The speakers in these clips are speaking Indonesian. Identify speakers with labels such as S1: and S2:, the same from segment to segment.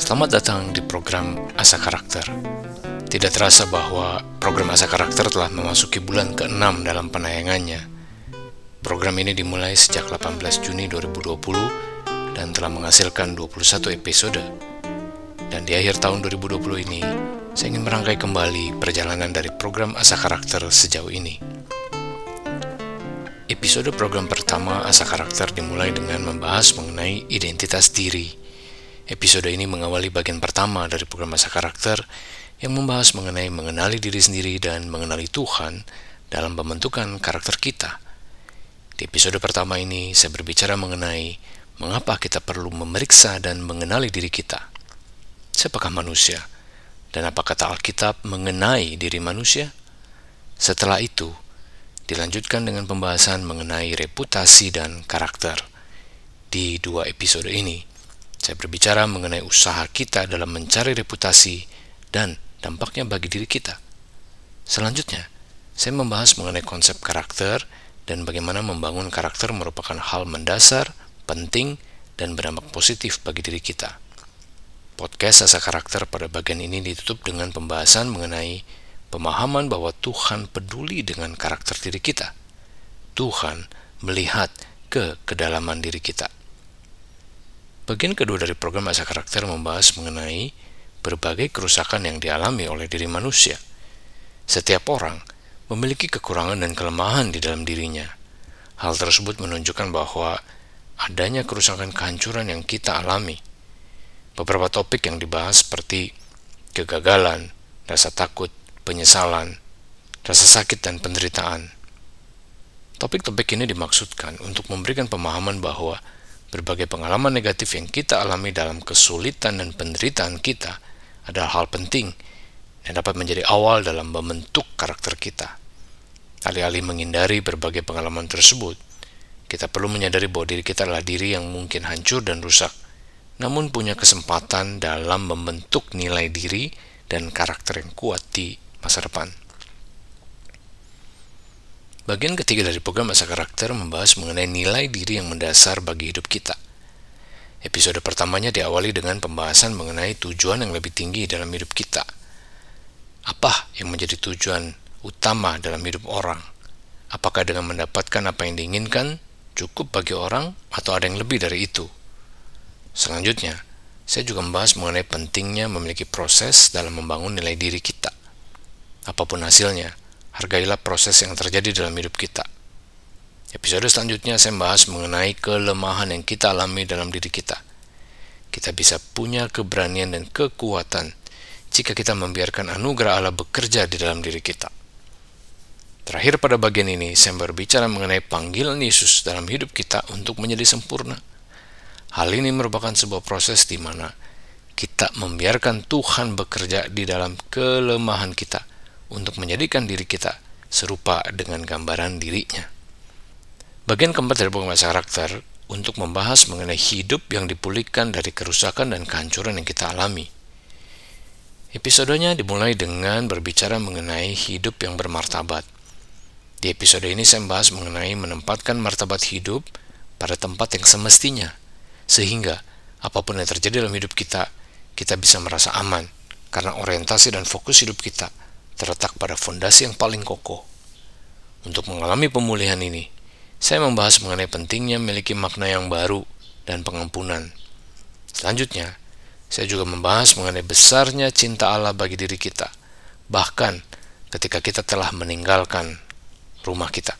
S1: Selamat datang di program Asa Karakter. Tidak terasa bahwa program Asa Karakter telah memasuki bulan ke-6 dalam penayangannya. Program ini dimulai sejak 18 Juni 2020 dan telah menghasilkan 21 episode. Dan di akhir tahun 2020 ini, saya ingin merangkai kembali perjalanan dari program Asa Karakter sejauh ini. Episode program pertama Asa Karakter dimulai dengan membahas mengenai identitas diri. Episode ini mengawali bagian pertama dari program Asa Karakter yang membahas mengenai mengenali diri sendiri dan mengenali Tuhan dalam pembentukan karakter kita. Di episode pertama ini, saya berbicara mengenai mengapa kita perlu memeriksa dan mengenali diri kita. Siapakah manusia? Dan apa kata Alkitab mengenai diri manusia? Setelah itu, dilanjutkan dengan pembahasan mengenai reputasi dan karakter. Di 2 episode ini, saya berbicara mengenai usaha kita dalam mencari reputasi dan dampaknya bagi diri kita. Selanjutnya, saya membahas mengenai konsep karakter dan bagaimana membangun karakter merupakan hal mendasar, penting, dan berdampak positif bagi diri kita. Podcast Asa Karakter pada bagian ini ditutup dengan pembahasan mengenai pemahaman bahwa Tuhan peduli dengan karakter diri kita. Tuhan melihat ke kedalaman diri kita. Bagian kedua dari program Asa Karakter membahas mengenai berbagai kerusakan yang dialami oleh diri manusia. Setiap orang memiliki kekurangan dan kelemahan di dalam dirinya. Hal tersebut menunjukkan bahwa adanya kerusakan kehancuran yang kita alami. Beberapa topik yang dibahas seperti kegagalan, rasa takut, penyesalan, rasa sakit, dan penderitaan. Topik-topik ini dimaksudkan untuk memberikan pemahaman bahwa berbagai pengalaman negatif yang kita alami dalam kesulitan dan penderitaan kita adalah hal penting dan dapat menjadi awal dalam membentuk karakter kita. Alih-alih menghindari berbagai pengalaman tersebut, kita perlu menyadari bahwa diri kita adalah diri yang mungkin hancur dan rusak, namun punya kesempatan dalam membentuk nilai diri dan karakter yang kuat di masa depan. Bagian ketiga dari program Asa Karakter membahas mengenai nilai diri yang mendasar bagi hidup kita. Episode pertamanya diawali dengan pembahasan mengenai tujuan yang lebih tinggi dalam hidup kita. Apa yang menjadi tujuan utama dalam hidup orang? Apakah dengan mendapatkan apa yang diinginkan cukup bagi orang atau ada yang lebih dari itu? Selanjutnya, saya juga membahas mengenai pentingnya memiliki proses dalam membangun nilai diri kita. Apapun hasilnya, hargailah proses yang terjadi dalam hidup kita. Episode selanjutnya saya membahas mengenai kelemahan yang kita alami dalam diri kita. Kita bisa punya keberanian dan kekuatan jika kita membiarkan anugerah Allah bekerja di dalam diri kita. Terakhir pada bagian ini, saya berbicara mengenai panggilan Yesus dalam hidup kita untuk menjadi sempurna. Hal ini merupakan sebuah proses di mana kita membiarkan Tuhan bekerja di dalam kelemahan kita untuk menjadikan diri kita serupa dengan gambaran dirinya. Bagian keempat dari program Asa Karakter untuk membahas mengenai hidup yang dipulihkan dari kerusakan dan kehancuran yang kita alami. Episodenya dimulai dengan berbicara mengenai hidup yang bermartabat. Di episode ini saya membahas mengenai menempatkan martabat hidup pada tempat yang semestinya, sehingga apapun yang terjadi dalam hidup kita, kita bisa merasa aman, karena orientasi dan fokus hidup kita terletak pada fondasi yang paling kokoh. Untuk mengalami pemulihan ini, saya membahas mengenai pentingnya memiliki makna yang baru dan pengampunan. Selanjutnya, saya juga membahas mengenai besarnya cinta Allah bagi diri kita, bahkan ketika kita telah meninggalkan rumah kita.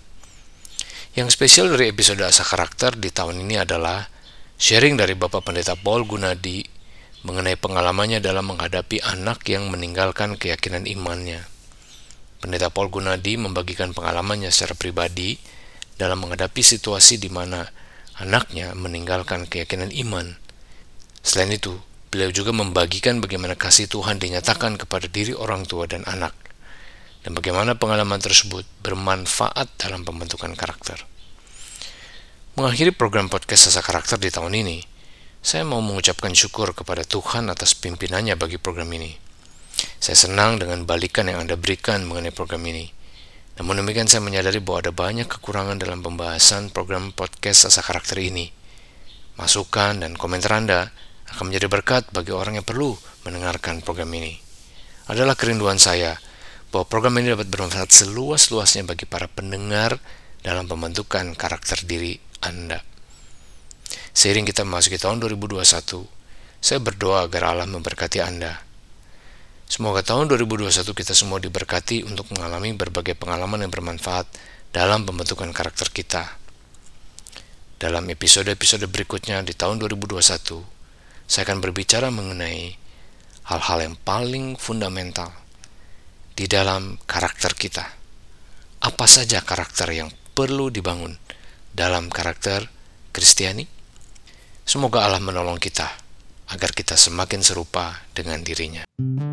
S1: Yang spesial dari episode Asa Karakter di tahun ini adalah sharing dari Bapak Pendeta Paul Gunadi mengenai pengalamannya dalam menghadapi anak yang meninggalkan keyakinan imannya. Pendeta Paul Gunadi membagikan pengalamannya secara pribadi dalam menghadapi situasi di mana anaknya meninggalkan keyakinan iman. Selain itu, beliau juga membagikan bagaimana kasih Tuhan dinyatakan kepada diri orang tua dan anak, dan bagaimana pengalaman tersebut bermanfaat dalam pembentukan karakter. Mengakhiri program podcast Asa Karakter di tahun ini, saya mau mengucapkan syukur kepada Tuhan atas pimpinannya bagi program ini. Saya senang dengan balikan yang Anda berikan mengenai program ini. Namun demikian saya menyadari bahwa ada banyak kekurangan dalam pembahasan program podcast Asa Karakter ini. Masukan dan komentar Anda akan menjadi berkat bagi orang yang perlu mendengarkan program ini. Adalah kerinduan saya bahwa program ini dapat bermanfaat seluas-luasnya bagi para pendengar dalam pembentukan karakter diri Anda. Seiring kita memasuki tahun 2021, saya berdoa agar Allah memberkati Anda. Semoga tahun 2021 kita semua diberkati untuk mengalami berbagai pengalaman yang bermanfaat dalam pembentukan karakter kita. Dalam episode-episode berikutnya di tahun 2021, saya akan berbicara mengenai hal-hal yang paling fundamental di dalam karakter kita. Apa saja karakter yang perlu dibangun dalam karakter Kristiani? Semoga Allah menolong kita agar kita semakin serupa dengan dirinya.